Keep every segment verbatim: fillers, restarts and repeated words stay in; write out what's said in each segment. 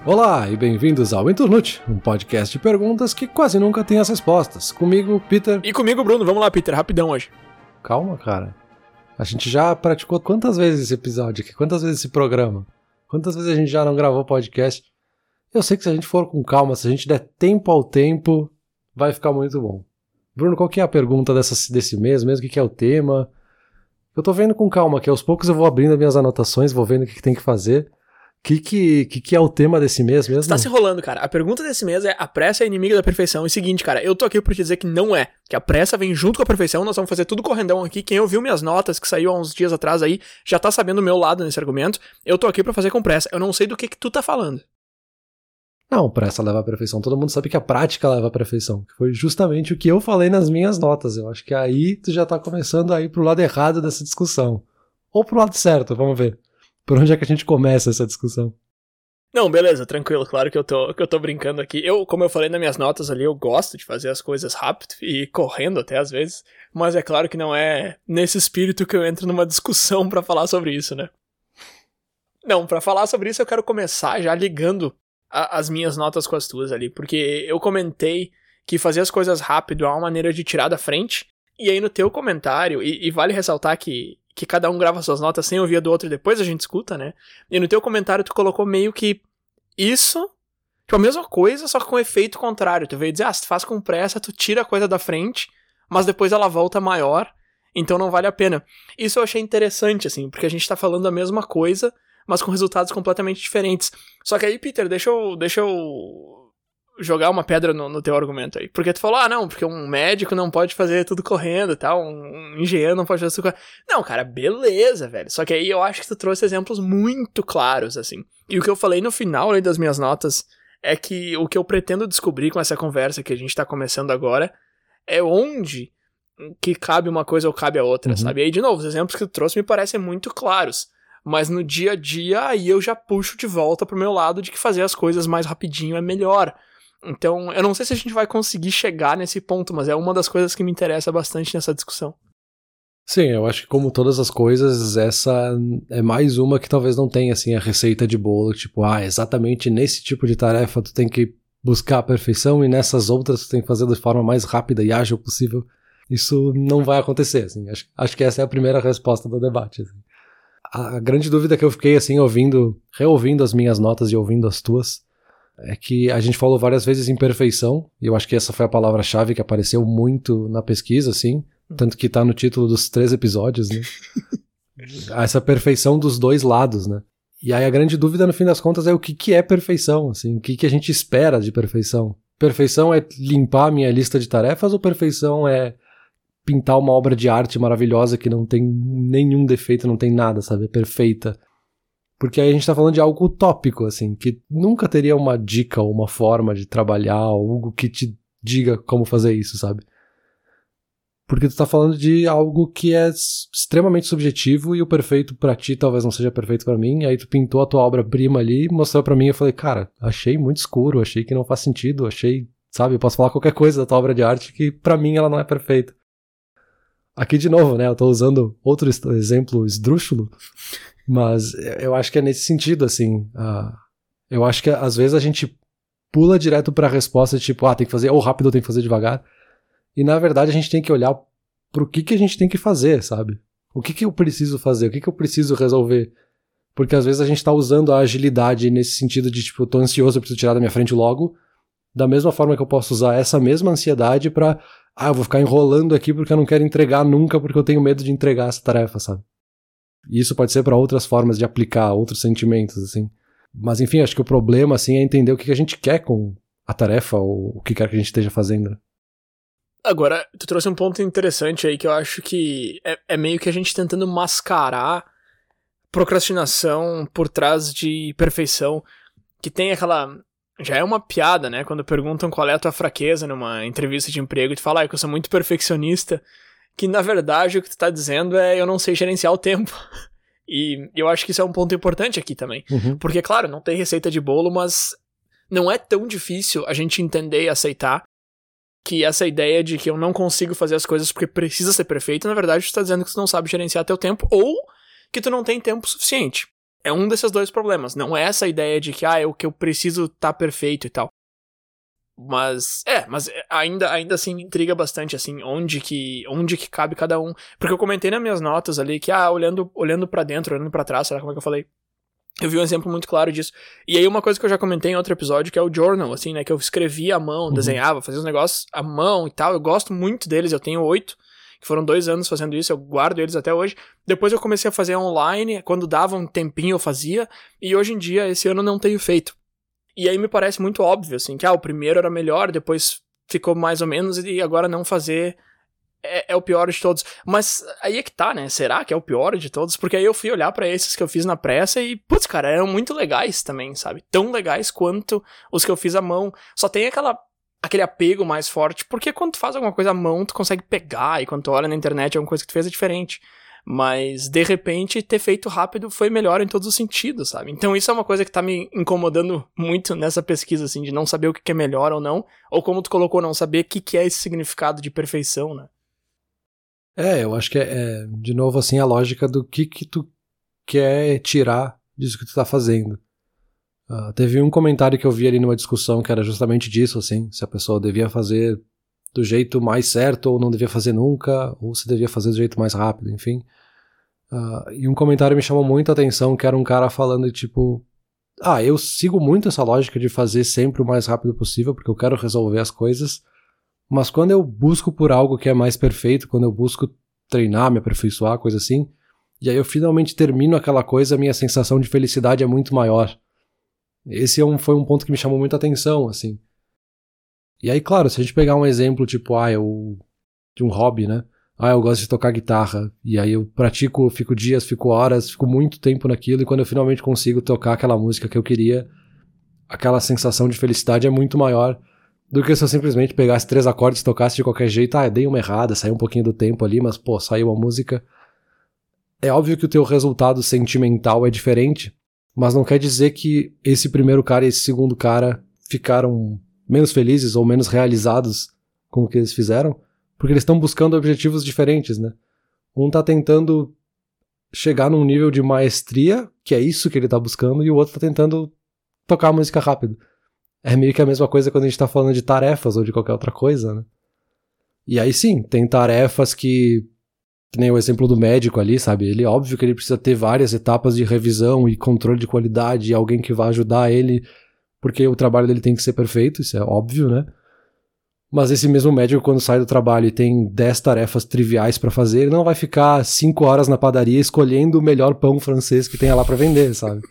Olá e bem-vindos ao Inturnute, um podcast de perguntas que quase nunca tem as respostas. Comigo, Peter. E comigo, Bruno. Vamos lá, Peter, rapidão hoje. Calma, cara. A gente já praticou quantas vezes esse episódio aqui? Quantas vezes esse programa? Quantas vezes a gente já não gravou podcast? Eu sei que se a gente for com calma, se a gente der tempo ao tempo, vai ficar muito bom. Bruno, qual que é a pergunta dessa, desse mês mesmo? O que, que é o tema? Eu tô vendo com calma, que aos poucos eu vou abrindo as minhas anotações, vou vendo o que, que tem que fazer. O que, que, que, que é o tema desse mês mesmo? Você tá se enrolando, cara. A pergunta desse mês é: a pressa é inimiga da perfeição? E seguinte, cara, eu tô aqui pra te dizer que não é. Que a pressa vem junto com a perfeição, nós vamos fazer tudo correndão aqui. Quem ouviu minhas notas, que saiu há uns dias atrás aí, já tá sabendo o meu lado nesse argumento. Eu tô aqui pra fazer com pressa. Eu não sei do que que tu tá falando. Não, pressa leva à perfeição. Todo mundo sabe que a prática leva à perfeição. Que foi justamente o que eu falei nas minhas notas. Eu acho que aí tu já tá começando a ir pro lado errado dessa discussão. Ou pro lado certo, vamos ver. Por onde é que a gente começa essa discussão? Não, beleza, tranquilo, claro que eu tô, que eu tô brincando aqui. Eu, como eu falei nas minhas notas ali, eu gosto de fazer as coisas rápido e correndo até às vezes, mas é claro que não é nesse espírito que eu entro numa discussão pra falar sobre isso, né? Não, pra falar sobre isso eu quero começar já ligando a, as minhas notas com as tuas ali, porque eu comentei que fazer as coisas rápido é uma maneira de tirar da frente, e aí no teu comentário, e, e vale ressaltar que que cada um grava suas notas sem ouvir a do outro e depois a gente escuta, né? E no teu comentário tu colocou meio que isso, tipo, a mesma coisa, só que com efeito contrário. Tu veio dizer, ah, se tu faz com pressa, tu tira a coisa da frente, mas depois ela volta maior, então não vale a pena. Isso eu achei interessante, assim, porque a gente tá falando a mesma coisa, mas com resultados completamente diferentes. Só que aí, Peter, deixa eu, deixa eu jogar uma pedra no, no teu argumento aí. Porque tu falou, ah, não, porque um médico não pode fazer tudo correndo e tal, um, um engenheiro não pode fazer tudo correndo. Não, cara, beleza, velho. Só que aí eu acho que tu trouxe exemplos muito claros, assim. E o que eu falei no final aí das minhas notas é que o que eu pretendo descobrir com essa conversa que a gente tá começando agora é onde que cabe uma coisa ou cabe a outra, uhum. Sabe? E aí, de novo, os exemplos que tu trouxe me parecem muito claros. Mas no dia a dia, aí eu já puxo de volta pro meu lado de que fazer as coisas mais rapidinho é melhor. Então, eu não sei se a gente vai conseguir chegar nesse ponto, mas é uma das coisas que me interessa bastante nessa discussão. Sim, eu acho que como todas as coisas, essa é mais uma que talvez não tenha, assim, a receita de bolo, tipo, ah, exatamente nesse tipo de tarefa tu tem que buscar a perfeição e nessas outras tu tem que fazer de forma mais rápida e ágil possível. Isso não vai acontecer, assim, acho, acho que essa é a primeira resposta do debate, assim. A grande dúvida que eu fiquei, assim, ouvindo, reouvindo as minhas notas e ouvindo as tuas, é que a gente falou várias vezes em perfeição, e eu acho que essa foi a palavra-chave que apareceu muito na pesquisa, assim, tanto que tá no título dos três episódios, né? Essa perfeição dos dois lados, né? E aí a grande dúvida, no fim das contas, é o que, que é perfeição, assim, o que, que a gente espera de perfeição. Perfeição é limpar a minha lista de tarefas ou perfeição é pintar uma obra de arte maravilhosa que não tem nenhum defeito, não tem nada, sabe? É perfeita. Porque aí a gente tá falando de algo utópico, assim, que nunca teria uma dica ou uma forma de trabalhar, algo que te diga como fazer isso, sabe? Porque tu tá falando de algo que é extremamente subjetivo e o perfeito pra ti talvez não seja perfeito pra mim, aí tu pintou a tua obra-prima ali, mostrou pra mim e eu falei, cara, achei muito escuro, achei que não faz sentido, achei, sabe, eu posso falar qualquer coisa da tua obra de arte que pra mim ela não é perfeita. Aqui de novo, né, eu tô usando outro exemplo esdrúxulo, mas eu acho que é nesse sentido, assim, uh, eu acho que às vezes a gente pula direto pra resposta de tipo, ah, tem que fazer ou rápido ou tem que fazer devagar, e na verdade a gente tem que olhar pro que que a gente tem que fazer, sabe? O que que eu preciso fazer, o que que eu preciso resolver, porque às vezes a gente tá usando a agilidade nesse sentido de tipo, eu tô ansioso, eu preciso tirar da minha frente logo, da mesma forma que eu posso usar essa mesma ansiedade pra, ah, eu vou ficar enrolando aqui porque eu não quero entregar nunca porque eu tenho medo de entregar essa tarefa, sabe? E isso pode ser para outras formas de aplicar, outros sentimentos, assim. Mas, enfim, acho que o problema, assim, é entender o que a gente quer com a tarefa ou o que quer que a gente esteja fazendo. Agora, tu trouxe um ponto interessante aí que eu acho que é, é meio que a gente tentando mascarar procrastinação por trás de perfeição, que tem aquela... Já é uma piada, né? Quando perguntam qual é a tua fraqueza numa entrevista de emprego e tu fala, ah, que eu sou muito perfeccionista... que na verdade o que tu tá dizendo é eu não sei gerenciar o tempo. E eu acho que isso é um ponto importante aqui também. Uhum. Porque, claro, não tem receita de bolo, mas não é tão difícil a gente entender e aceitar que essa ideia de que eu não consigo fazer as coisas porque precisa ser perfeito, na verdade tu tá dizendo que tu não sabe gerenciar teu tempo ou que tu não tem tempo suficiente. é um desses dois problemas. Não é essa ideia de que, ah, é o que eu preciso tá perfeito e tal. Mas, é, mas ainda, ainda assim me intriga bastante, assim, onde que, onde que cabe cada um. Porque eu comentei nas minhas notas ali que, ah, olhando, olhando pra dentro, olhando pra trás, sei lá como é que eu falei. Eu vi um exemplo muito claro disso. E aí uma coisa que eu já comentei em outro episódio, que é o journal, assim, né, que eu escrevia à mão, uhum. desenhava, fazia os negócios à mão e tal. Eu gosto muito deles, eu tenho oito, que foram dois anos fazendo isso, eu guardo eles até hoje. Depois eu comecei a fazer online, quando dava um tempinho eu fazia, e hoje em dia, esse ano eu não tenho feito. E aí me parece muito óbvio, assim, que ah, o primeiro era melhor, depois ficou mais ou menos, e agora não fazer é, é o pior de todos. Mas aí é que tá, né? Será que é o pior de todos? Porque aí eu fui olhar pra esses que eu fiz na pressa e, putz, cara, eram muito legais também, sabe? Tão legais quanto os que eu fiz à mão. Só tem aquela, aquele apego mais forte, porque quando tu faz alguma coisa à mão, tu consegue pegar, e quando tu olha na internet, alguma coisa que tu fez é diferente. Mas, de repente, ter feito rápido foi melhor em todos os sentidos, sabe? Então isso é uma coisa que tá me incomodando muito nessa pesquisa, assim, de não saber o que é melhor ou não, ou como tu colocou, não saber o que é esse significado de perfeição, né? É, eu acho que é, é de novo, assim, a lógica do que que tu quer tirar disso que tu tá fazendo. Uh, teve um comentário que eu vi ali numa discussão que era justamente disso, assim, se a pessoa devia fazer do jeito mais certo ou não devia fazer nunca, ou se devia fazer do jeito mais rápido, enfim. Uh, e um comentário me chamou muito a atenção, que era um cara falando tipo, ah, eu sigo muito essa lógica de fazer sempre o mais rápido possível, porque eu quero resolver as coisas, mas quando eu busco por algo que é mais perfeito, quando eu busco treinar, me aperfeiçoar, coisa assim, e aí eu finalmente termino aquela coisa, a minha sensação de felicidade é muito maior. Esse é um, foi um ponto que me chamou muito a atenção, assim. E aí, claro, se a gente pegar um exemplo, tipo, ah, eu... de um hobby, né? Ah, eu gosto de tocar guitarra, e aí eu pratico, fico dias, fico horas, fico muito tempo naquilo, e quando eu finalmente consigo tocar aquela música que eu queria, aquela sensação de felicidade é muito maior do que se eu simplesmente pegasse três acordes e tocasse de qualquer jeito. Ah, dei uma errada, saiu um pouquinho do tempo ali, mas, pô, saiu a música. É óbvio que o teu resultado sentimental é diferente, mas não quer dizer que esse primeiro cara e esse segundo cara ficaram menos felizes ou menos realizados com o que eles fizeram, porque eles estão buscando objetivos diferentes, né? Um tá tentando chegar num nível de maestria, que é isso que ele tá buscando, e o outro tá tentando tocar a música rápido. É meio que a mesma coisa quando a gente tá falando de tarefas ou de qualquer outra coisa, né? E aí sim, tem tarefas que, que nem o exemplo do médico ali, sabe? Ele, óbvio que ele precisa ter várias etapas de revisão e controle de qualidade e alguém que vai ajudar ele, porque o trabalho dele tem que ser perfeito, isso é óbvio, né? Mas esse mesmo médico, quando sai do trabalho e tem dez tarefas triviais pra fazer, ele não vai ficar cinco horas na padaria escolhendo o melhor pão francês que tenha lá pra vender, sabe?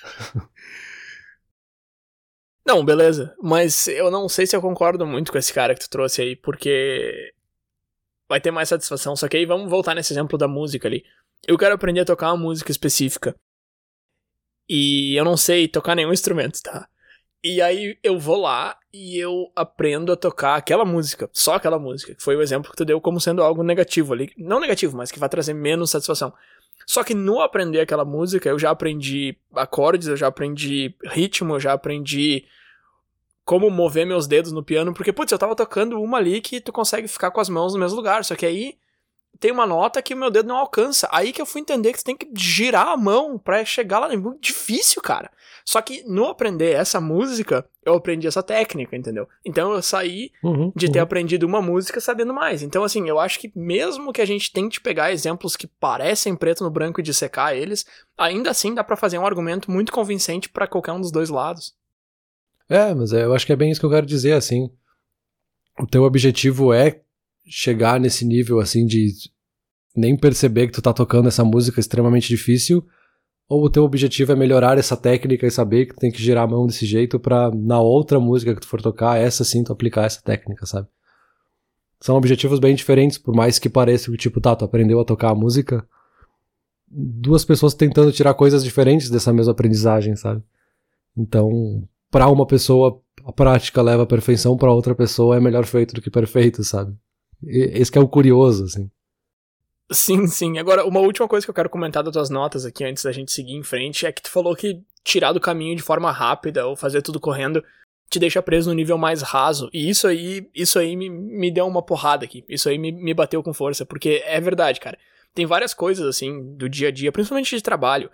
Não, beleza. Mas eu não sei se eu concordo muito com esse cara que tu trouxe aí, porque vai ter mais satisfação. Só que aí vamos voltar nesse exemplo da música ali. Eu quero aprender a tocar uma música específica. E eu não sei tocar nenhum instrumento, tá? E aí eu vou lá e eu aprendo a tocar aquela música, só aquela música, que foi o exemplo que tu deu como sendo algo negativo ali. Não negativo, mas que vai trazer menos satisfação. Só que no aprender aquela música, eu já aprendi acordes, eu já aprendi ritmo, eu já aprendi como mover meus dedos no piano, porque, putz, eu tava tocando uma ali que tu consegue ficar com as mãos no mesmo lugar, só que aí tem uma nota que o meu dedo não alcança. Aí que eu fui entender que você tem que girar a mão pra chegar lá. É muito difícil, cara. Só que no aprender essa música, eu aprendi essa técnica, entendeu? Então eu saí uhum, de ter uhum. aprendido uma música sabendo mais. Então, assim, eu acho que mesmo que a gente tente pegar exemplos que parecem preto no branco e dissecar eles, ainda assim dá pra fazer um argumento muito convincente pra qualquer um dos dois lados. É, mas eu acho que é bem isso que eu quero dizer, assim. O teu objetivo é chegar nesse nível, assim, de nem perceber que tu tá tocando essa música extremamente difícil, ou o teu objetivo é melhorar essa técnica e saber que tu tem que girar a mão desse jeito pra, na outra música que tu for tocar, essa sim, tu aplicar essa técnica, sabe? São objetivos bem diferentes, por mais que pareça que, tipo, tá, tu aprendeu a tocar a música, duas pessoas tentando tirar coisas diferentes dessa mesma aprendizagem, sabe? Então, pra uma pessoa, a prática leva à perfeição, pra outra pessoa é melhor feito do que perfeito, sabe? Esse que é o curioso, assim. Sim, sim. Agora, uma última coisa que eu quero comentar das tuas notas aqui, antes da gente seguir em frente, é que tu falou que tirar do caminho de forma rápida, ou fazer tudo correndo, te deixa preso no nível mais raso. E isso aí, isso aí me, me deu uma porrada aqui. Isso aí me, me bateu com força, porque é verdade, cara. Tem várias coisas, assim, do dia a dia, principalmente de trabalho,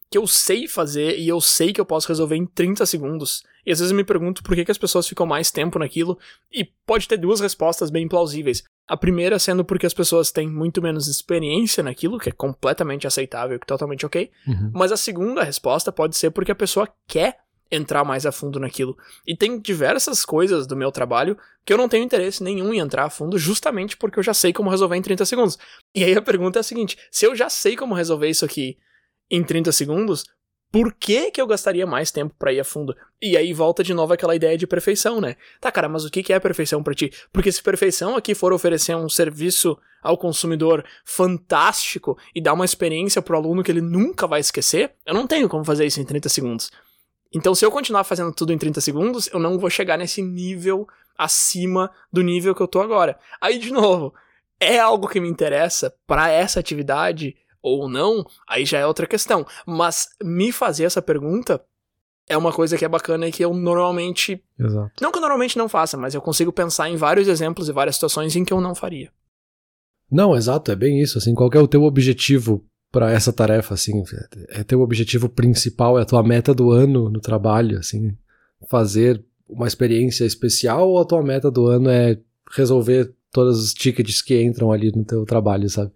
que eu sei fazer e eu sei que eu posso resolver em trinta segundos. E às vezes eu me pergunto por que, que as pessoas ficam mais tempo naquilo, e pode ter duas respostas bem plausíveis. A primeira sendo porque as pessoas têm muito menos experiência naquilo, que é completamente aceitável e totalmente ok. Uhum. Mas a segunda resposta pode ser porque a pessoa quer entrar mais a fundo naquilo. E tem diversas coisas do meu trabalho que eu não tenho interesse nenhum em entrar a fundo, justamente porque eu já sei como resolver em trinta segundos. E aí a pergunta é a seguinte: se eu já sei como resolver isso aqui em trinta segundos, por que que eu gastaria mais tempo pra ir a fundo? E aí volta de novo aquela ideia de perfeição, né? Tá, cara, mas o que que é perfeição pra ti? Porque se perfeição aqui for oferecer um serviço ao consumidor fantástico e dar uma experiência pro aluno que ele nunca vai esquecer, eu não tenho como fazer isso em trinta segundos. Então, se eu continuar fazendo tudo em trinta segundos, eu não vou chegar nesse nível acima do nível que eu tô agora. Aí, de novo, é algo que me interessa pra essa atividade ou não? Aí já é outra questão. Mas me fazer essa pergunta é uma coisa que é bacana e que eu normalmente... Exato. Não que eu normalmente não faça, mas eu consigo pensar em vários exemplos e várias situações em que eu não faria. Não, exato, é bem isso, assim, qual que é o teu objetivo para essa tarefa, assim, é teu objetivo principal, é a tua meta do ano no trabalho, assim, fazer uma experiência especial, ou a tua meta do ano é resolver todos os tickets que entram ali no teu trabalho, sabe?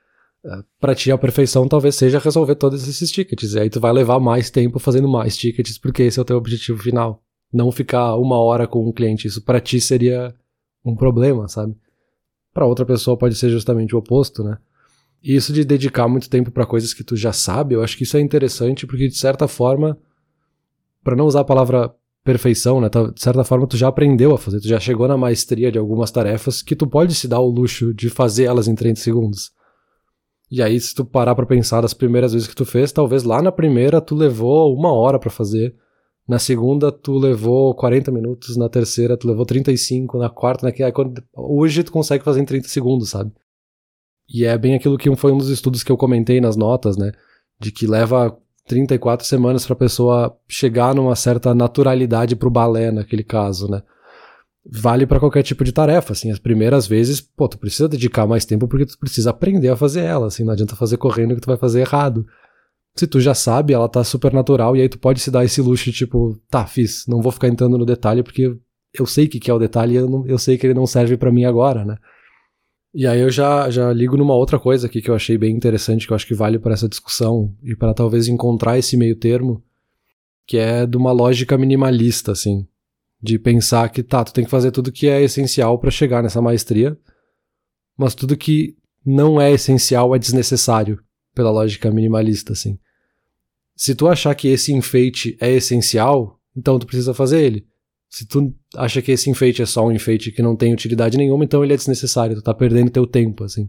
Pra ti a perfeição talvez seja resolver todos esses tickets, e aí tu vai levar mais tempo fazendo mais tickets, porque esse é o teu objetivo final, não ficar uma hora com um cliente. Isso pra ti seria um problema, sabe? Pra outra pessoa pode ser justamente o oposto, né? E isso de dedicar muito tempo pra coisas que tu já sabe, eu acho que isso é interessante, porque de certa forma, pra não usar a palavra perfeição, né, de certa forma tu já aprendeu a fazer, tu já chegou na maestria de algumas tarefas que tu pode se dar o luxo de fazer elas em trinta segundos. E aí, se tu parar pra pensar das primeiras vezes que tu fez, talvez lá na primeira tu levou uma hora pra fazer, na segunda tu levou quarenta minutos, na terceira tu levou trinta e cinco, na quarta, na quinta, hoje tu consegue fazer em trinta segundos, sabe? E é bem aquilo que foi um dos estudos que eu comentei nas notas, né, de que leva trinta e quatro semanas pra pessoa chegar numa certa naturalidade pro balé, naquele caso, né. Vale pra qualquer tipo de tarefa, assim, as primeiras vezes, pô, tu precisa dedicar mais tempo porque tu precisa aprender a fazer ela, assim, não adianta fazer correndo que tu vai fazer errado. Se tu já sabe, ela tá super natural, e aí tu pode se dar esse luxo de tipo, tá, fiz, não vou ficar entrando no detalhe porque eu sei o que que é o detalhe e eu, não, eu sei que ele não serve pra mim agora, né. E aí eu já, já ligo numa outra coisa aqui que eu achei bem interessante, que eu acho que vale pra essa discussão e pra talvez encontrar esse meio termo, que é de uma lógica minimalista, assim. De pensar que, tá, tu tem que fazer tudo que é essencial pra chegar nessa maestria, mas tudo que não é essencial é desnecessário, pela lógica minimalista, assim. Se tu achar que esse enfeite é essencial, então tu precisa fazer ele. Se tu acha que esse enfeite é só um enfeite que não tem utilidade nenhuma, então ele é desnecessário, tu tá perdendo teu tempo, assim.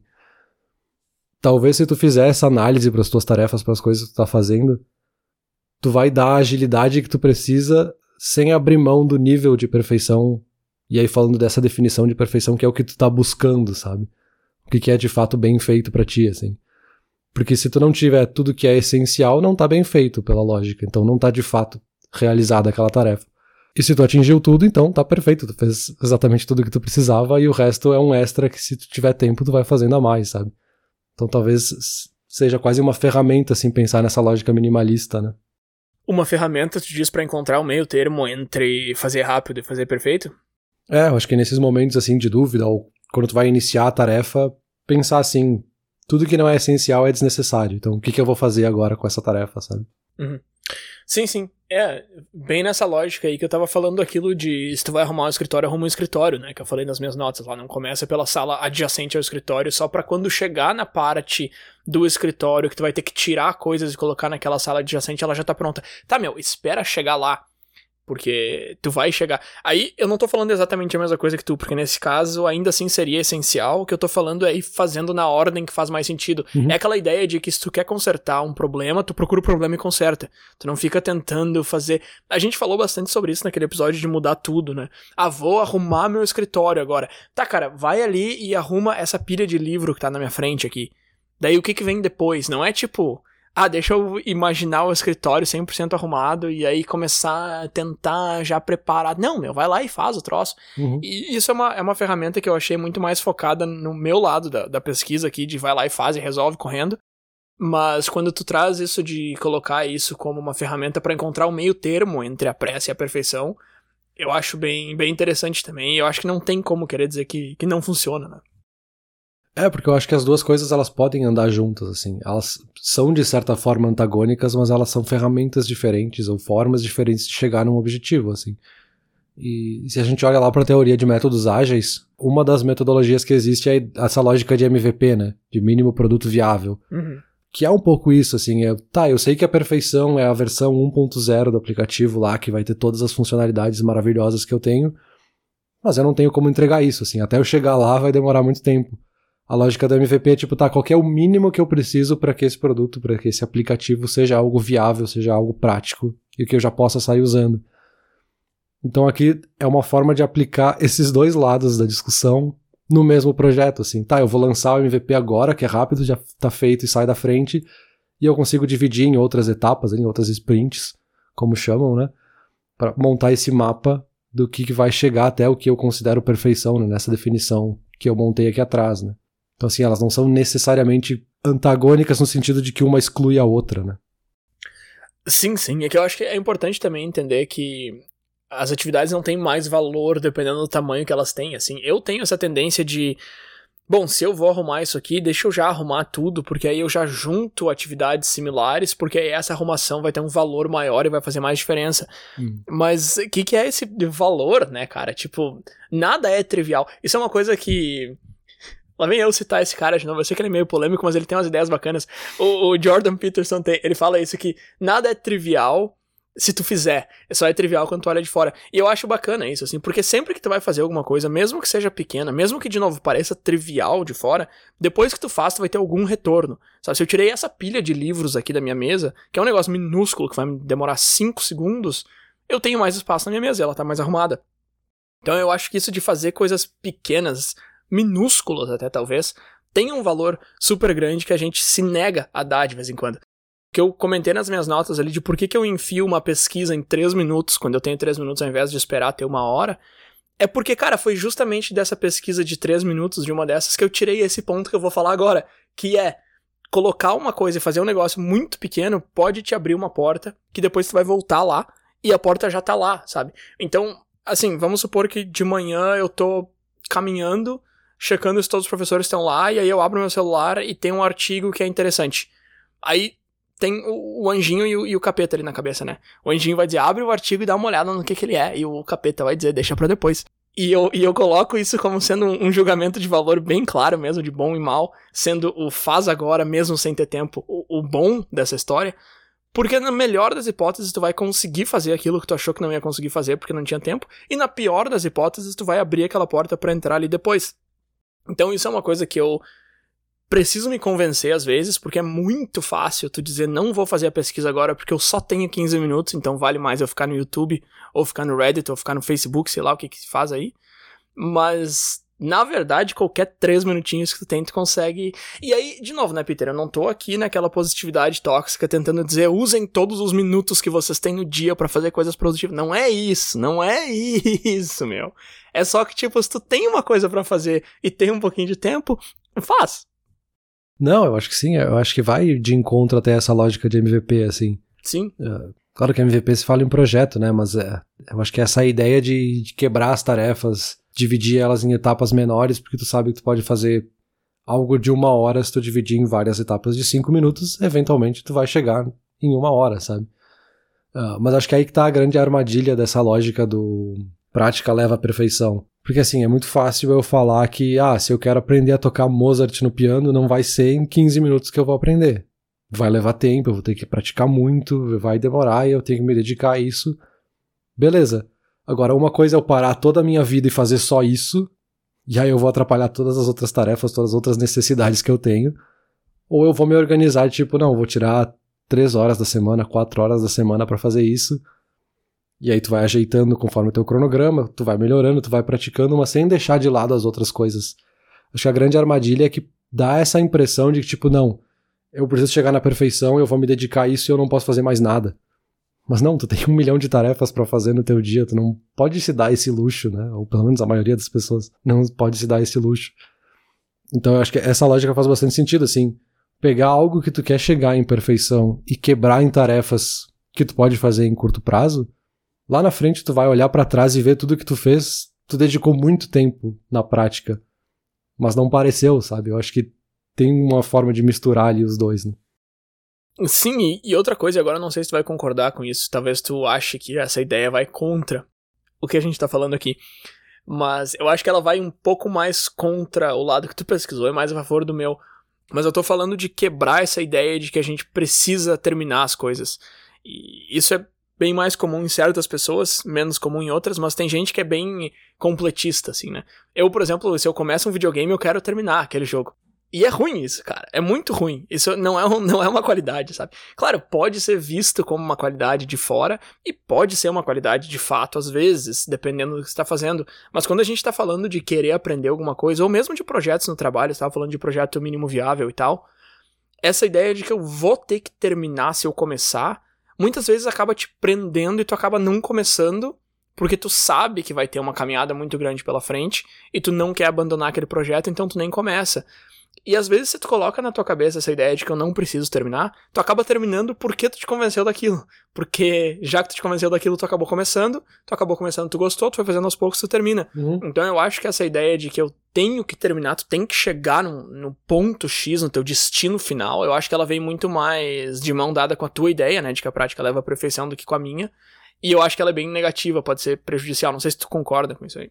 Talvez se tu fizer essa análise pras tuas tarefas, pras coisas que tu tá fazendo, tu vai dar a agilidade que tu precisa sem abrir mão do nível de perfeição, e aí falando dessa definição de perfeição que é o que tu tá buscando, sabe? O que que é de fato bem feito pra ti, assim. Porque se tu não tiver tudo que é essencial, não tá bem feito, pela lógica, então não tá de fato realizada aquela tarefa. E se tu atingiu tudo, então tá perfeito, tu fez exatamente tudo que tu precisava e o resto é um extra que se tu tiver tempo tu vai fazendo a mais, sabe? Então talvez seja quase uma ferramenta, assim, pensar nessa lógica minimalista, né? Uma ferramenta, tu diz, pra encontrar o meio termo entre fazer rápido e fazer perfeito? É, eu acho que nesses momentos, assim, de dúvida, ou quando tu vai iniciar a tarefa, pensar assim, tudo que não é essencial é desnecessário, então o que que eu vou fazer agora com essa tarefa, sabe? Uhum. Sim, sim. É, bem nessa lógica aí que eu tava falando aquilo de se tu vai arrumar um escritório, arruma um escritório, né? Que eu falei nas minhas notas lá. Não começa pela sala adjacente ao escritório, só pra quando chegar na parte do escritório que tu vai ter que tirar coisas e colocar naquela sala adjacente, ela já tá pronta. Tá, meu, espera chegar lá. Porque tu vai chegar... Aí eu não tô falando exatamente a mesma coisa que tu, porque nesse caso ainda assim seria essencial. O que eu tô falando é ir fazendo na ordem que faz mais sentido. Uhum. É aquela ideia de que se tu quer consertar um problema, tu procura o problema e conserta. Tu não fica tentando fazer... A gente falou bastante sobre isso naquele episódio de mudar tudo, né? Ah, vou arrumar meu escritório agora. Tá, cara, vai ali e arruma essa pilha de livro que tá na minha frente aqui. Daí o que que vem depois? Não é tipo... Ah, deixa eu imaginar o escritório cem por cento arrumado e aí começar a tentar já preparar. Não, meu, vai lá e faz o troço. Uhum. E isso é uma, é uma ferramenta que eu achei muito mais focada no meu lado da, da pesquisa aqui, de vai lá e faz e resolve correndo, Mas quando tu traz isso de colocar isso como uma ferramenta para encontrar o meio termo entre a pressa e a perfeição, eu acho bem, bem interessante também. E eu acho que não tem como querer dizer que, que não funciona, né? É, porque eu acho que as duas coisas elas podem andar juntas, assim. Elas são, de certa forma, antagônicas, mas elas são ferramentas diferentes ou formas diferentes de chegar num objetivo, assim. E se a gente olha lá para a teoria de métodos ágeis, uma das metodologias que existe é essa lógica de M V P, né? De mínimo produto viável. Uhum. Que é um pouco isso, assim. É, tá, eu sei que a perfeição é a versão um ponto zero do aplicativo lá, que vai ter todas as funcionalidades maravilhosas que eu tenho, mas eu não tenho como entregar isso, assim. Até eu chegar lá vai demorar muito tempo. A lógica do M V P é tipo, tá, qual que é o mínimo que eu preciso para que esse produto, para que esse aplicativo seja algo viável, seja algo prático e que eu já possa sair usando. Então aqui é uma forma de aplicar esses dois lados da discussão no mesmo projeto, assim. Tá, eu vou lançar o M V P agora, que é rápido, já tá feito e sai da frente, e eu consigo dividir em outras etapas, em outras sprints, como chamam, né? Para montar esse mapa do que, que vai chegar até o que eu considero perfeição, né? Nessa definição que eu montei aqui atrás, né? Então, assim, elas não são necessariamente antagônicas no sentido de que uma exclui a outra, né? Sim, sim. É que eu acho que é importante também entender que as atividades não têm mais valor dependendo do tamanho que elas têm, assim. Eu tenho essa tendência de, bom, se eu vou arrumar isso aqui, deixa eu já arrumar tudo, porque aí eu já junto atividades similares, porque aí essa arrumação vai ter um valor maior e vai fazer mais diferença. Hum. Mas o que, que é esse valor, né, cara? Tipo, nada é trivial. Isso é uma coisa que... Lá vem eu citar esse cara de novo, eu sei que ele é meio polêmico, mas ele tem umas ideias bacanas. O, o Jordan Peterson, tem, ele fala isso, que nada é trivial se tu fizer, só é trivial quando tu olha de fora. E eu acho bacana isso, assim, porque sempre que tu vai fazer alguma coisa, mesmo que seja pequena, mesmo que, de novo, pareça trivial de fora, depois que tu faz, tu vai ter algum retorno. Sabe, se eu tirei essa pilha de livros aqui da minha mesa, que é um negócio minúsculo, que vai me demorar cinco segundos, eu tenho mais espaço na minha mesa, ela tá mais arrumada. Então eu acho que isso de fazer coisas pequenas, minúsculos até talvez, tem um valor super grande que a gente se nega a dar de vez em quando. Que eu comentei nas minhas notas ali de por que, que eu enfio uma pesquisa em três minutos, quando eu tenho três minutos ao invés de esperar ter uma hora, é porque, cara, foi justamente dessa pesquisa de três minutos, de uma dessas, que eu tirei esse ponto que eu vou falar agora, que é colocar uma coisa e fazer um negócio muito pequeno pode te abrir uma porta, que depois tu vai voltar lá, e a porta já tá lá, sabe? Então, assim, vamos supor que de manhã eu tô caminhando, checando se todos os professores estão lá, e aí eu abro meu celular e tem um artigo que é interessante. Aí tem o, o anjinho e o, e o capeta ali na cabeça, né? O anjinho vai dizer, abre o artigo e dá uma olhada no que que ele é, e o capeta vai dizer, deixa pra depois. E eu, e eu coloco isso como sendo um, um julgamento de valor bem claro mesmo, de bom e mal, sendo o faz agora, mesmo sem ter tempo, o, o bom dessa história, porque na melhor das hipóteses tu vai conseguir fazer aquilo que tu achou que não ia conseguir fazer porque não tinha tempo, e na pior das hipóteses tu vai abrir aquela porta pra entrar ali depois. Então isso é uma coisa que eu preciso me convencer às vezes, porque é muito fácil tu dizer não vou fazer a pesquisa agora porque eu só tenho quinze minutos, então vale mais eu ficar no YouTube, ou ficar no Reddit, ou ficar no Facebook, sei lá o que que se faz aí. Mas, na verdade, qualquer três minutinhos que tu tem, tu consegue... E aí, de novo, né, Peter, eu não tô aqui naquela positividade tóxica tentando dizer usem todos os minutos que vocês têm no dia pra fazer coisas produtivas. Não é isso, não é isso, meu. É só que, tipo, se tu tem uma coisa pra fazer e tem um pouquinho de tempo, faz. Não, eu acho que sim, eu acho que vai de encontro até essa lógica de M V P, assim. Sim. É, claro que M V P se fala em projeto, né, mas é, eu acho que essa ideia de, de quebrar as tarefas, dividir elas em etapas menores, porque tu sabe que tu pode fazer algo de uma hora, se tu dividir em várias etapas de cinco minutos, eventualmente tu vai chegar em uma hora, sabe? Uh, mas acho que aí que tá a grande armadilha dessa lógica do prática leva à perfeição. Porque assim, é muito fácil eu falar que, ah, se eu quero aprender a tocar Mozart no piano, não vai ser em quinze minutos que eu vou aprender. Vai levar tempo, eu vou ter que praticar muito, vai demorar e eu tenho que me dedicar a isso. Beleza. Agora, uma coisa é eu parar toda a minha vida e fazer só isso, e aí eu vou atrapalhar todas as outras tarefas, todas as outras necessidades que eu tenho. Ou eu vou me organizar, tipo, não, vou tirar três horas da semana, quatro horas da semana pra fazer isso. E aí tu vai ajeitando conforme o teu cronograma, tu vai melhorando, tu vai praticando, mas sem deixar de lado as outras coisas. Acho que a grande armadilha é que dá essa impressão de que, tipo, não, eu preciso chegar na perfeição, eu vou me dedicar a isso e eu não posso fazer mais nada. Mas não, tu tem um milhão de tarefas pra fazer no teu dia, tu não pode se dar esse luxo, né? Ou pelo menos a maioria das pessoas não pode se dar esse luxo. Então eu acho que essa lógica faz bastante sentido, assim. pegar algo que tu quer chegar em perfeição e quebrar em tarefas que tu pode fazer em curto prazo, lá na frente tu vai olhar pra trás e ver tudo que tu fez, tu dedicou muito tempo na prática, mas não pareceu, sabe? Eu acho que tem uma forma de misturar ali os dois, né? Sim, e, e outra coisa, agora eu não sei se tu vai concordar com isso, talvez tu ache que essa ideia vai contra o que a gente tá falando aqui, mas eu acho que ela vai um pouco mais contra o lado que tu pesquisou e mais a favor do meu. Mas eu tô falando de quebrar essa ideia de que a gente precisa terminar as coisas. E isso é bem mais comum em certas pessoas, menos comum em outras, mas tem gente que é bem completista, assim, né? Eu, por exemplo, se eu começo um videogame, eu quero terminar aquele jogo. E é ruim isso, cara. É muito ruim. Isso não é, um, não é uma qualidade, sabe? Claro, pode ser visto como uma qualidade de fora e pode ser uma qualidade de fato, às vezes, dependendo do que você tá fazendo. Mas quando a gente tá falando de querer aprender alguma coisa, ou mesmo de projetos no trabalho, você tava falando de projeto mínimo viável e tal, essa ideia de que eu vou ter que terminar se eu começar, muitas vezes acaba te prendendo e tu acaba não começando porque tu sabe que vai ter uma caminhada muito grande pela frente e tu não quer abandonar aquele projeto, então tu nem começa. E às vezes se tu coloca na tua cabeça essa ideia de que eu não preciso terminar, tu acaba terminando porque tu te convenceu daquilo. Porque já que tu te convenceu daquilo, tu acabou começando, tu acabou começando, tu gostou, tu foi fazendo aos poucos, tu termina. Uhum. Então eu acho que essa ideia de que eu tenho que terminar, tu tem que chegar no, no ponto X, no teu destino final, eu acho que ela vem muito mais de mão dada com a tua ideia, né, de que a prática leva à perfeição do que com a minha. E eu acho que ela é bem negativa, pode ser prejudicial. Não sei se tu concorda com isso aí.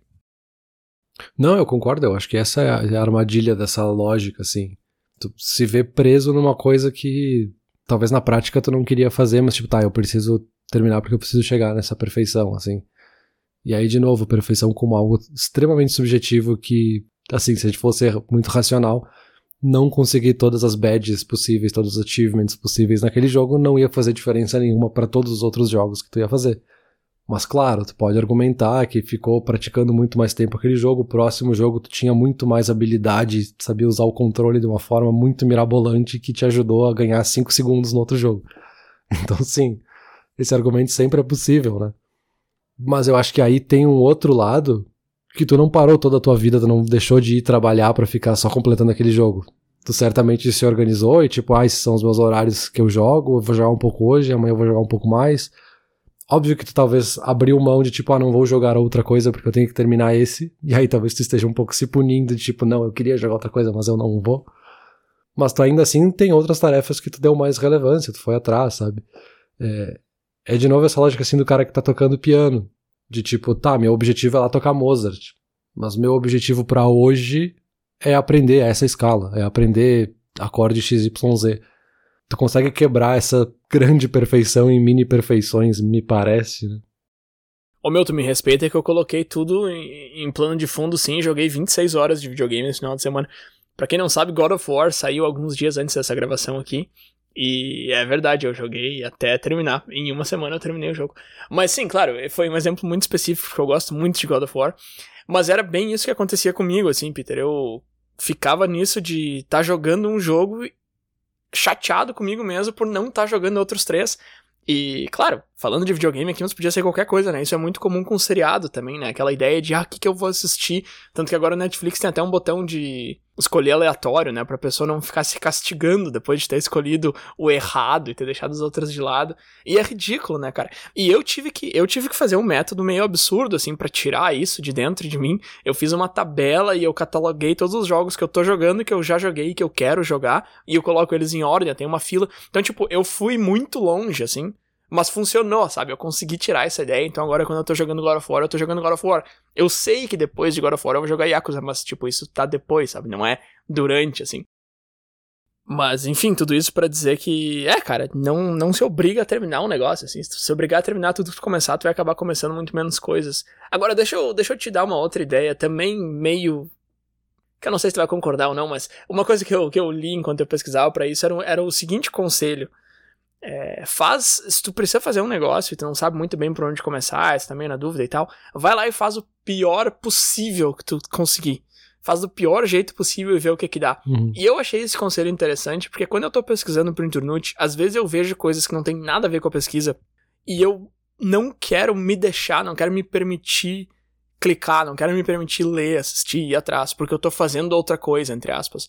Não, eu concordo, eu acho que essa é a armadilha dessa lógica, assim. Tu se vê preso numa coisa que talvez na prática tu não queria fazer, mas tipo, tá, eu preciso terminar porque eu preciso chegar nessa perfeição, assim. E aí, de novo, perfeição como algo extremamente subjetivo que, assim, se a gente fosse muito racional, não conseguir todas as badges possíveis, todos os achievements possíveis naquele jogo não ia fazer diferença nenhuma para todos os outros jogos que tu ia fazer. Mas claro, tu pode argumentar que ficou praticando muito mais tempo aquele jogo, o próximo jogo tu tinha muito mais habilidade, sabia usar o controle de uma forma muito mirabolante que te ajudou a ganhar cinco segundos no outro jogo. Então sim, esse argumento sempre é possível, né? Mas eu acho que aí tem um outro lado que tu não parou toda a tua vida, tu não deixou de ir trabalhar pra ficar só completando aquele jogo. Tu certamente se organizou e tipo, ah, esses são os meus horários que eu jogo, eu vou jogar um pouco hoje, amanhã eu vou jogar um pouco mais. Óbvio que tu talvez abriu mão de tipo, ah, não vou jogar outra coisa porque eu tenho que terminar esse. E aí talvez tu esteja um pouco se punindo de tipo, não, eu queria jogar outra coisa, mas eu não vou. Mas tu ainda assim tem outras tarefas que tu deu mais relevância, tu foi atrás, sabe? É, é de novo essa lógica assim do cara que tá tocando piano. De tipo, tá, meu objetivo é lá tocar Mozart. Mas meu objetivo pra hoje é aprender essa escala, é aprender acorde X Y Z. Tu consegue quebrar essa grande perfeição em mini perfeições, me parece, né? Ô meu, tu me respeita que eu coloquei tudo em, em plano de fundo, sim, joguei vinte e seis horas de videogame nesse final de semana. Pra quem não sabe, God of War saiu alguns dias antes dessa gravação aqui, e é verdade, eu joguei até terminar. Em uma semana eu terminei o jogo. Mas sim, claro, foi um exemplo muito específico, porque eu gosto muito de God of War, mas era bem isso que acontecia comigo, assim, Peter. Eu ficava nisso de estar tá jogando um jogo chateado comigo mesmo por não estar tá jogando outros três. E, claro, falando de videogame aqui, mas podia ser qualquer coisa, né? Isso é muito comum com seriado também, né? Aquela ideia de, ah, o que, que eu vou assistir? Tanto que agora o Netflix tem até um botão de escolher aleatório, né? Pra pessoa não ficar se castigando depois de ter escolhido o errado e ter deixado as outras de lado. E é ridículo, né, cara? E eu tive que, eu tive que fazer um método meio absurdo, assim, pra tirar isso de dentro de mim. Eu fiz uma tabela e eu cataloguei todos os jogos que eu tô jogando, que eu já joguei, que eu quero jogar, e eu coloco eles em ordem, tem uma fila. Então, tipo, eu fui muito longe, assim, mas funcionou, sabe? Eu consegui tirar essa ideia, então agora quando eu tô jogando God of War, eu tô jogando God of War. Eu sei que depois de God of War eu vou jogar Yakuza, mas, tipo, isso tá depois, sabe? Não é durante, assim. Mas, enfim, tudo isso pra dizer que, é, cara, não, não se obriga a terminar um negócio, assim. Se tu se obrigar a terminar tudo que tu começar, tu vai acabar começando muito menos coisas. Agora, deixa eu, deixa eu te dar uma outra ideia, também meio... que eu não sei se tu vai concordar ou não, mas uma coisa que eu, que eu li enquanto eu pesquisava pra isso era, era o seguinte conselho. É, faz, se tu precisa fazer um negócio e tu não sabe muito bem por onde começar, você tá meio na dúvida e tal, vai lá e faz o pior possível que tu conseguir. Faz do pior jeito possível e vê o que que dá. Uhum. E eu achei esse conselho interessante, porque quando eu tô pesquisando pro Inturnute, às vezes eu vejo coisas que não tem nada a ver com a pesquisa, e eu não quero me deixar, não quero me permitir clicar, não quero me permitir ler, assistir, ir atrás, porque eu tô fazendo outra coisa, entre aspas.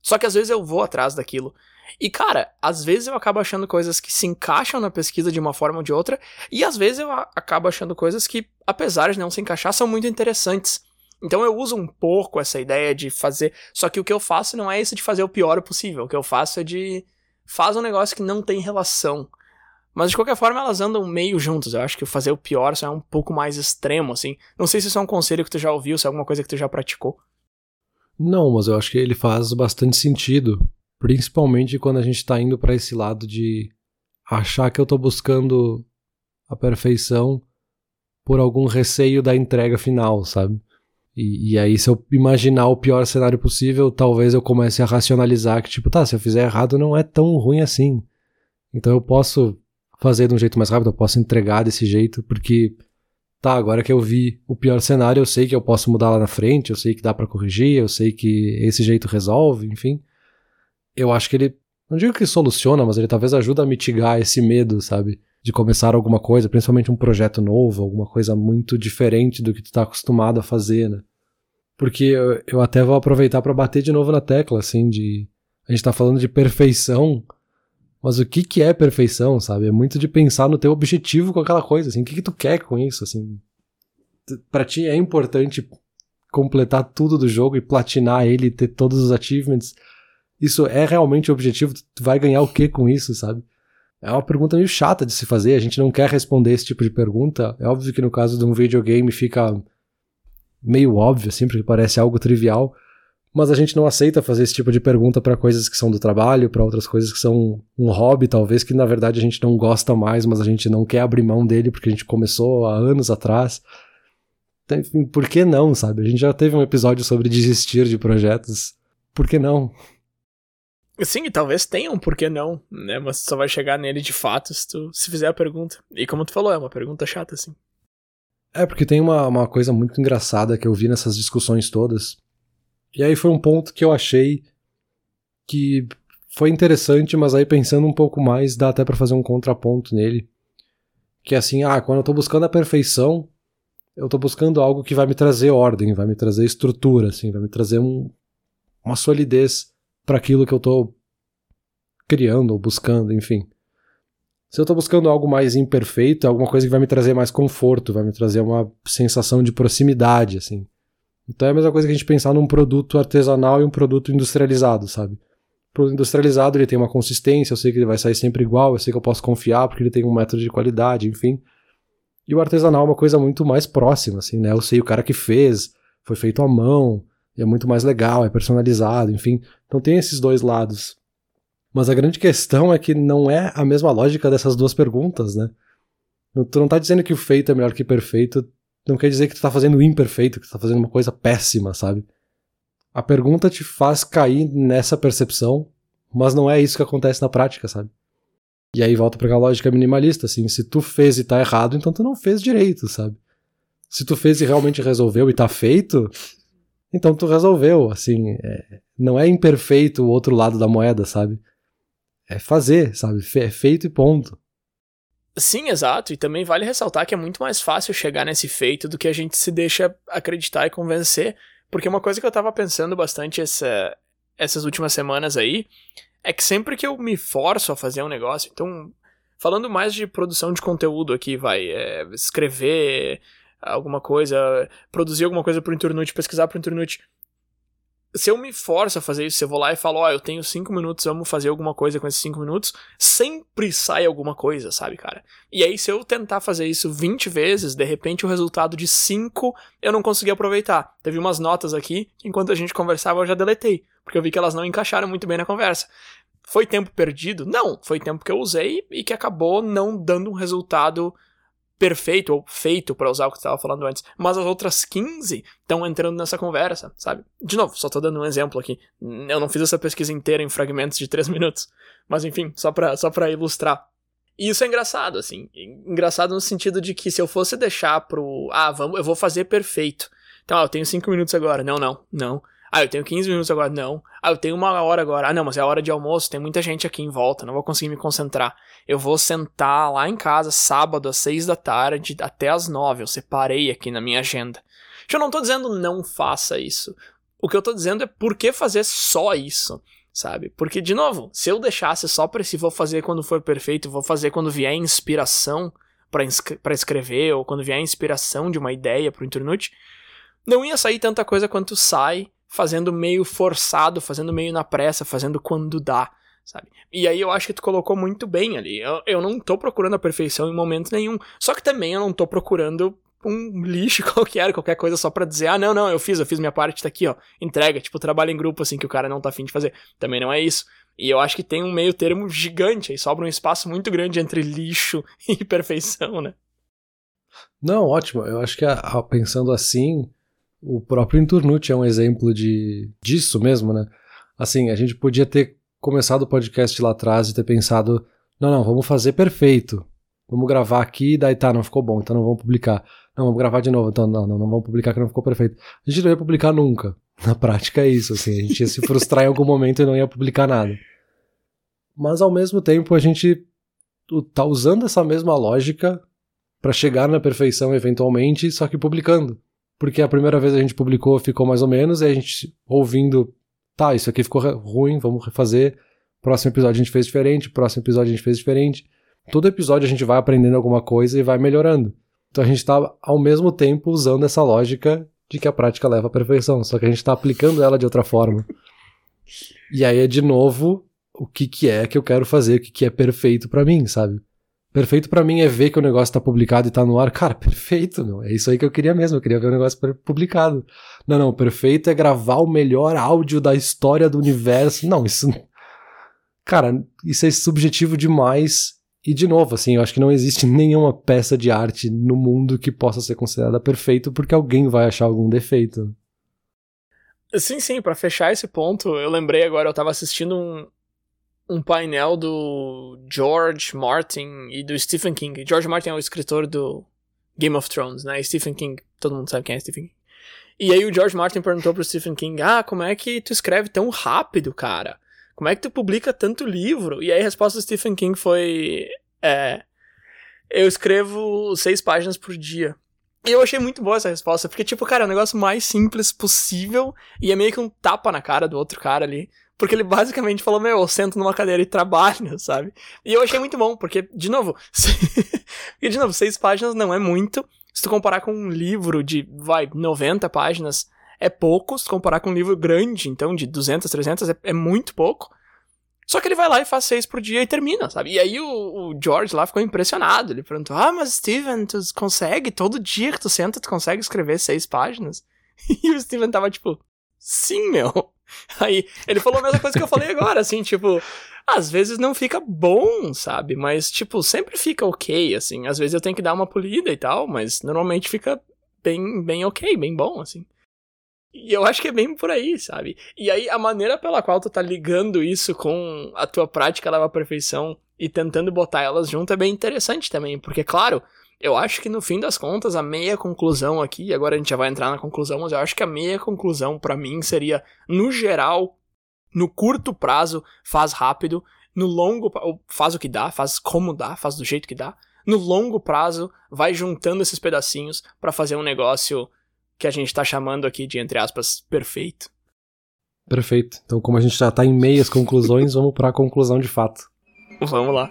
Só que às vezes eu vou atrás daquilo. E, cara, às vezes eu acabo achando coisas que se encaixam na pesquisa de uma forma ou de outra, e às vezes eu a- acabo achando coisas que, apesar de não se encaixar, são muito interessantes. Então eu uso um pouco essa ideia de fazer... Só que o que eu faço não é isso de fazer o pior possível. O que eu faço é de... Faz um negócio que não tem relação. Mas de qualquer forma elas andam meio juntas. Eu acho que o fazer o pior só é um pouco mais extremo, assim. Não sei se isso é um conselho que tu já ouviu, se é alguma coisa que tu já praticou. Não, mas eu acho que ele faz bastante sentido. Principalmente quando a gente tá indo pra esse lado de achar que eu tô buscando a perfeição por algum receio da entrega final, sabe? E, e aí, se eu imaginar o pior cenário possível, talvez eu comece a racionalizar que, tipo, tá, se eu fizer errado não é tão ruim assim. Então eu posso fazer de um jeito mais rápido, eu posso entregar desse jeito, porque, tá, agora que eu vi o pior cenário, eu sei que eu posso mudar lá na frente, eu sei que dá pra corrigir, eu sei que esse jeito resolve, enfim. Eu acho que ele, não digo que soluciona, mas ele talvez ajuda a mitigar esse medo, sabe? De começar alguma coisa, principalmente um projeto novo, alguma coisa muito diferente do que tu tá acostumado a fazer, né? Porque eu, eu até vou aproveitar pra bater de novo na tecla, assim, de... A gente tá falando de perfeição, mas o que que é perfeição, sabe? É muito de pensar no teu objetivo com aquela coisa, assim, o que que tu quer com isso, assim? Pra ti é importante completar tudo do jogo e platinar ele, ter todos os achievements. Isso é realmente o objetivo? Tu vai ganhar o que com isso, sabe? É uma pergunta meio chata de se fazer, a gente não quer responder esse tipo de pergunta. É óbvio que no caso de um videogame fica meio óbvio, assim, porque parece algo trivial, mas a gente não aceita fazer esse tipo de pergunta pra coisas que são do trabalho, pra outras coisas que são um hobby, talvez, que na verdade a gente não gosta mais, mas a gente não quer abrir mão dele porque a gente começou há anos atrás. Então, enfim, por que não, sabe? A gente já teve um episódio sobre desistir de projetos. Por que não? Sim, e talvez tenha um porquê não, né? Mas tu só vai chegar nele de fato se tu se fizer a pergunta. E como tu falou, é uma pergunta chata, assim. É, porque tem uma, uma coisa muito engraçada que eu vi nessas discussões todas. E aí foi um ponto que eu achei que foi interessante, mas aí pensando um pouco mais, dá até pra fazer um contraponto nele. Que é assim, ah, quando eu tô buscando a perfeição, eu tô buscando algo que vai me trazer ordem, vai me trazer estrutura, assim, vai me trazer um, uma solidez para aquilo que eu tô criando ou buscando, enfim. Se eu tô buscando algo mais imperfeito, é alguma coisa que vai me trazer mais conforto, vai me trazer uma sensação de proximidade, assim. Então é a mesma coisa que a gente pensar num produto artesanal e um produto industrializado, sabe? O produto industrializado, ele tem uma consistência, eu sei que ele vai sair sempre igual, eu sei que eu posso confiar porque ele tem um método de qualidade, enfim. E o artesanal é uma coisa muito mais próxima, assim, né? Eu sei o cara que fez, foi feito à mão, e é muito mais legal, é personalizado, enfim. Então tem esses dois lados. Mas a grande questão é que não é a mesma lógica dessas duas perguntas, né? Tu não tá dizendo que o feito é melhor que perfeito, não quer dizer que tu tá fazendo o imperfeito, que tu tá fazendo uma coisa péssima, sabe? A pergunta te faz cair nessa percepção, mas não é isso que acontece na prática, sabe? E aí volta pra aquela lógica minimalista, assim, se tu fez e tá errado, então tu não fez direito, sabe? Se tu fez e realmente resolveu e tá feito, então tu resolveu, assim, é, não é imperfeito o outro lado da moeda, sabe? É fazer, sabe? É feito e ponto. Sim, exato, e também vale ressaltar que é muito mais fácil chegar nesse feito do que a gente se deixa acreditar e convencer, porque uma coisa que eu tava pensando bastante essa, essas últimas semanas aí, é que sempre que eu me forço a fazer um negócio, então, falando mais de produção de conteúdo aqui, vai, é, escrever alguma coisa, produzir alguma coisa pro Internute, pesquisar pro Internute, se eu me forço a fazer isso, se eu vou lá e falo, ó, oh, eu tenho cinco minutos, vamos fazer alguma coisa com esses cinco minutos, sempre sai alguma coisa, sabe, cara? E aí, se eu tentar fazer isso vinte vezes, de repente o resultado de cinco eu não consegui aproveitar. Teve umas notas aqui, que enquanto a gente conversava eu já deletei, porque eu vi que elas não encaixaram muito bem na conversa. Foi tempo perdido? Não, foi tempo que eu usei e que acabou não dando um resultado perfeito ou feito, pra usar o que tu tava falando antes, mas as outras quinze estão entrando nessa conversa, sabe? De novo, só tô dando um exemplo aqui. Eu não fiz essa pesquisa inteira em fragmentos de três minutos, mas enfim, só pra, só pra ilustrar. E isso é engraçado, assim, engraçado no sentido de que se eu fosse deixar pro, ah, vamos, eu vou fazer perfeito, então, ah, eu tenho cinco minutos agora, não, não, não, ah, eu tenho quinze minutos agora, não, ah, eu tenho uma hora agora, ah, não, mas é a hora de almoço, tem muita gente aqui em volta, não vou conseguir me concentrar. Eu vou sentar lá em casa sábado às seis da tarde até às nove. Eu separei aqui na minha agenda. Eu não tô dizendo não faça isso. O que eu tô dizendo é por que fazer só isso? sabe? Porque, de novo, se eu deixasse só pra esse vou fazer quando for perfeito, vou fazer quando vier inspiração pra, inscre- pra escrever, ou quando vier inspiração de uma ideia pro Internute, não ia sair tanta coisa quanto sai fazendo meio forçado, fazendo meio na pressa, fazendo quando dá, sabe? E aí eu acho que tu colocou muito bem ali. Eu, eu não tô procurando a perfeição em momento nenhum, só que também eu não tô procurando um lixo qualquer, qualquer coisa só pra dizer, ah, não, não, eu fiz, eu fiz minha parte, tá aqui, ó, entrega, tipo, trabalho em grupo, assim, que o cara não tá afim de fazer. Também não é isso. E eu acho que tem um meio termo gigante, aí sobra um espaço muito grande entre lixo e perfeição, né? Não, ótimo. Eu acho que a, a, pensando assim, o próprio Internute é um exemplo de, disso mesmo, né? Assim, a gente podia ter começado o podcast lá atrás e ter pensado, não, não, vamos fazer perfeito. Vamos gravar aqui, daí tá, não ficou bom, então não vamos publicar. Não, vamos gravar de novo, então não, não, não vamos publicar que não ficou perfeito. A gente não ia publicar nunca. Na prática é isso, assim, a gente ia se frustrar em algum momento e não ia publicar nada. Mas ao mesmo tempo a gente tá usando essa mesma lógica pra chegar na perfeição eventualmente, só que publicando. Porque a primeira vez a gente publicou, ficou mais ou menos, e a gente ouvindo, tá, isso aqui ficou ruim, vamos refazer. Próximo episódio a gente fez diferente, próximo episódio a gente fez diferente. Todo episódio a gente vai aprendendo alguma coisa e vai melhorando. Então a gente está, ao mesmo tempo, usando essa lógica de que a prática leva à perfeição, só que a gente está aplicando ela de outra forma. E aí é, de novo, o que, que é que eu quero fazer, o que, que é perfeito pra mim, sabe? Perfeito pra mim é ver que o negócio tá publicado e tá no ar. Cara, perfeito, meu. É isso aí que eu queria mesmo, eu queria ver o negócio publicado. Não, não, perfeito é gravar o melhor áudio da história do universo. Não, isso... Cara, isso é subjetivo demais. E, de novo, assim, eu acho que não existe nenhuma peça de arte no mundo que possa ser considerada perfeita porque alguém vai achar algum defeito. Sim, sim, pra fechar esse ponto, eu lembrei agora, eu tava assistindo um, um painel do George Martin e do Stephen King. George Martin é o escritor do Game of Thrones, né? E Stephen King, todo mundo sabe quem é Stephen King. E aí o George Martin perguntou pro Stephen King, ah, como é que tu escreve tão rápido, cara? Como é que tu publica tanto livro? E aí a resposta do Stephen King foi... É... Eu escrevo seis páginas por dia. E eu achei muito boa essa resposta, porque, tipo, cara, é o negócio mais simples possível e é meio que um tapa na cara do outro cara ali. Porque ele basicamente falou, meu, eu sento numa cadeira e trabalho, sabe? E eu achei muito bom, porque, de novo... e, de novo, seis páginas não é muito. Se tu comparar com um livro de, vai, noventa páginas... é pouco, se comparar com um livro grande, então, de duzentas, trezentas, é, é muito pouco. Só que ele vai lá e faz seis por dia e termina, sabe? E aí o, o George lá ficou impressionado. Ele perguntou, ah, mas Steven, tu consegue? Todo dia que tu senta, tu consegue escrever seis páginas? E o Steven tava tipo, sim, meu. Aí ele falou a mesma coisa que eu falei agora, assim, tipo... Às vezes não fica bom, sabe? Mas, tipo, sempre fica ok, assim. Às vezes eu tenho que dar uma polida e tal, mas normalmente fica bem, bem ok, bem bom, assim. E eu acho que é bem por aí, sabe? E aí, a maneira pela qual tu tá ligando isso com a tua prática leva à perfeição e tentando botar elas junto é bem interessante também. Porque, claro, eu acho que no fim das contas, a meia conclusão aqui, agora a gente já vai entrar na conclusão, mas eu acho que a meia conclusão pra mim seria, no geral, no curto prazo, faz rápido, no longo, faz o que dá, faz como dá, faz do jeito que dá. No longo prazo, vai juntando esses pedacinhos pra fazer um negócio... que a gente tá chamando aqui de, entre aspas, perfeito. Perfeito. Então, como a gente já tá em meias conclusões, vamos pra conclusão de fato. Vamos lá.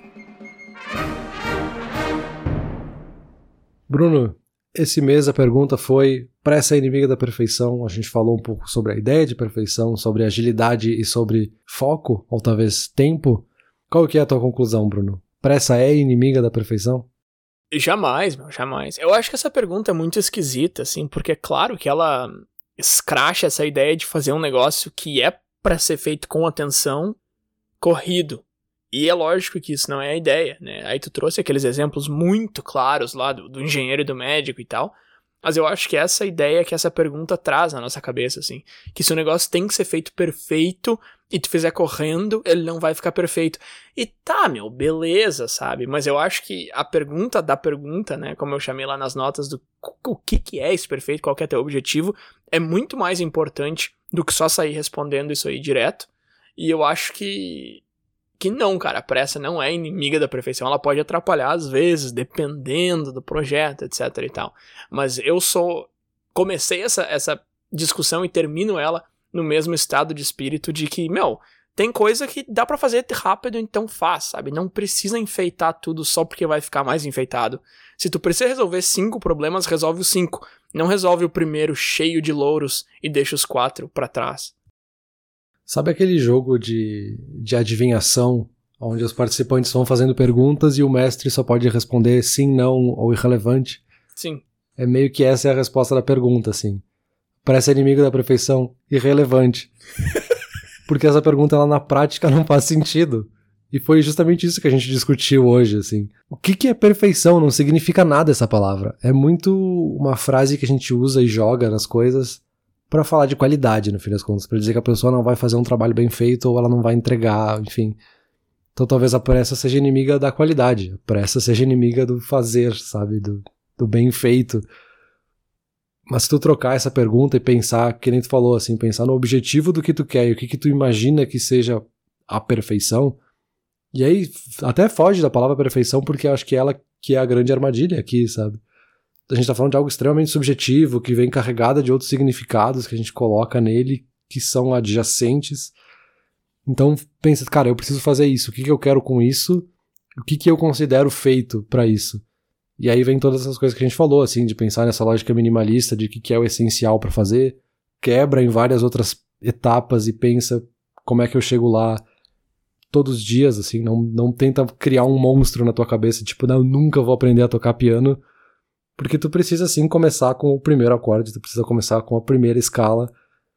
Bruno, esse mês a pergunta foi: pressa é inimiga da perfeição. A gente falou um pouco sobre a ideia de perfeição, sobre agilidade e sobre foco, ou talvez tempo. Qual que é a tua conclusão, Bruno? Pressa é inimiga da perfeição? Jamais, meu, jamais. Eu acho que essa pergunta é muito esquisita, assim, porque é claro que ela escracha essa ideia de fazer um negócio que é pra ser feito com atenção, corrido. E é lógico que isso não é a ideia, né? Aí tu trouxe aqueles exemplos muito claros lá do, do engenheiro e do médico e tal, mas eu acho que essa ideia que essa pergunta traz na nossa cabeça, assim, que se o negócio tem que ser feito perfeito e tu fizer correndo, ele não vai ficar perfeito. E tá, meu, beleza, sabe? Mas eu acho que a pergunta da pergunta, né, como eu chamei lá nas notas do o que que é esse perfeito, qual que é teu objetivo, é muito mais importante do que só sair respondendo isso aí direto. E eu acho que que não, cara, a pressa não é inimiga da perfeição, ela pode atrapalhar às vezes, dependendo do projeto, etc e tal. Mas eu sou... comecei essa, essa discussão e termino ela no mesmo estado de espírito de que, meu, Tem coisa que dá pra fazer rápido, então faz, sabe? Não precisa enfeitar tudo só porque vai ficar mais enfeitado. Se tu precisa resolver cinco problemas, resolve os cinco. Não resolve o primeiro cheio de louros e deixa os quatro pra trás. Sabe aquele jogo de, de adivinhação, onde os participantes vão fazendo perguntas e o mestre só pode responder sim, não ou irrelevante? Sim. É meio que essa é a resposta da pergunta, assim. Parece inimigo da perfeição, irrelevante. Porque essa pergunta, ela na prática não faz sentido. E foi justamente isso que a gente discutiu hoje, assim. O que que é perfeição? Não significa nada essa palavra. É muito uma frase que a gente usa e joga nas coisas pra falar de qualidade, no fim das contas. Pra dizer que a pessoa não vai fazer um trabalho bem feito ou ela não vai entregar, enfim. Então talvez a pressa seja inimiga da qualidade. A pressa seja inimiga do fazer, sabe? Do, do bem feito. Mas se tu trocar essa pergunta e pensar, que nem tu falou, assim, pensar no objetivo do que tu quer e o que que tu imagina que seja a perfeição, e aí até foge da palavra perfeição, porque eu acho que ela que é a grande armadilha aqui, sabe? A gente tá falando de algo extremamente subjetivo, que vem carregada de outros significados que a gente coloca nele, que são adjacentes. Então pensa, cara, eu preciso fazer isso, o que que eu quero com isso, o que que eu considero feito pra isso? E aí vem todas essas coisas que a gente falou, assim, de pensar nessa lógica minimalista de o que que é o essencial pra fazer, quebra em várias outras etapas e pensa como é que eu chego lá todos os dias, assim, não, não tenta criar um monstro na tua cabeça, tipo, não, eu nunca vou aprender a tocar piano, porque tu precisa, sim, começar com o primeiro acorde, tu precisa começar com a primeira escala.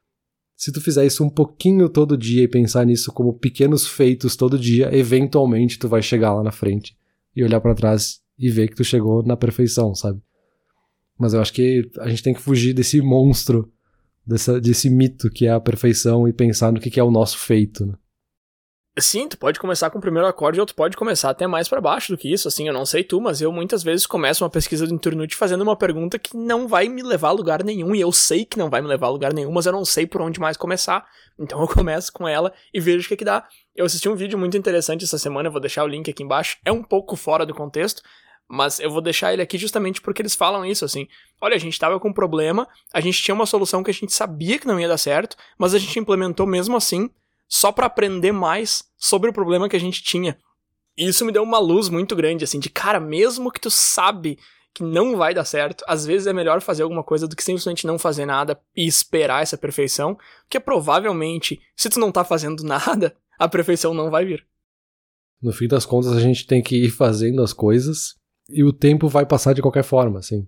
Se tu fizer isso um pouquinho todo dia e pensar nisso como pequenos feitos todo dia, eventualmente tu vai chegar lá na frente e olhar pra trás e ver que tu chegou na perfeição, sabe? Mas eu acho que a gente tem que fugir desse monstro, dessa, desse mito que é a perfeição e pensar no que, que é o nosso feito, né? Sim, tu pode começar com o primeiro acorde ou tu pode começar até mais pra baixo do que isso, assim, eu não sei tu, mas eu muitas vezes começo uma pesquisa do Inturnute fazendo uma pergunta que não vai me levar a lugar nenhum, e eu sei que não vai me levar a lugar nenhum, mas eu não sei por onde mais começar, então eu começo com ela e vejo o que que dá. Eu assisti um vídeo muito interessante essa semana, eu vou deixar o link aqui embaixo, é um pouco fora do contexto, mas eu vou deixar ele aqui justamente porque eles falam isso, assim, olha, a gente tava com um problema, a gente tinha uma solução que a gente sabia que não ia dar certo, mas a gente implementou mesmo assim, só pra aprender mais sobre o problema que a gente tinha. E isso me deu uma luz muito grande, assim, de cara, mesmo que tu sabe que não vai dar certo, às vezes é melhor fazer alguma coisa do que simplesmente não fazer nada e esperar essa perfeição, porque provavelmente, se tu não tá fazendo nada, a perfeição não vai vir. No fim das contas, a gente tem que ir fazendo as coisas e o tempo vai passar de qualquer forma, assim.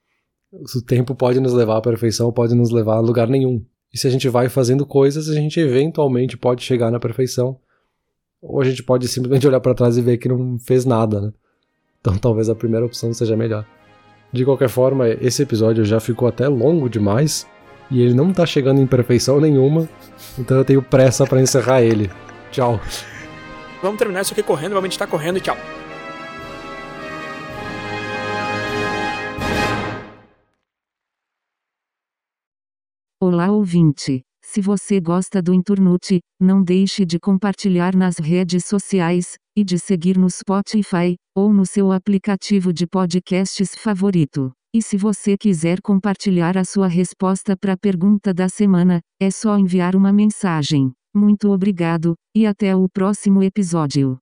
O tempo pode nos levar à perfeição, pode nos levar a lugar nenhum. E se a gente vai fazendo coisas, a gente eventualmente pode chegar na perfeição. Ou a gente pode simplesmente olhar pra trás e ver que não fez nada, né? Então talvez a primeira opção seja melhor. De qualquer forma, esse episódio já ficou até longo demais. E ele não tá chegando em perfeição nenhuma. Então eu tenho pressa pra encerrar ele. Tchau. Vamos terminar isso aqui correndo, vamos meditar correndo e tchau. Olá ouvinte, se você gosta do Inturnute, não deixe de compartilhar nas redes sociais, e de seguir no Spotify, ou no seu aplicativo de podcasts favorito. E se você quiser compartilhar a sua resposta para a pergunta da semana, é só enviar uma mensagem. Muito obrigado, e até o próximo episódio.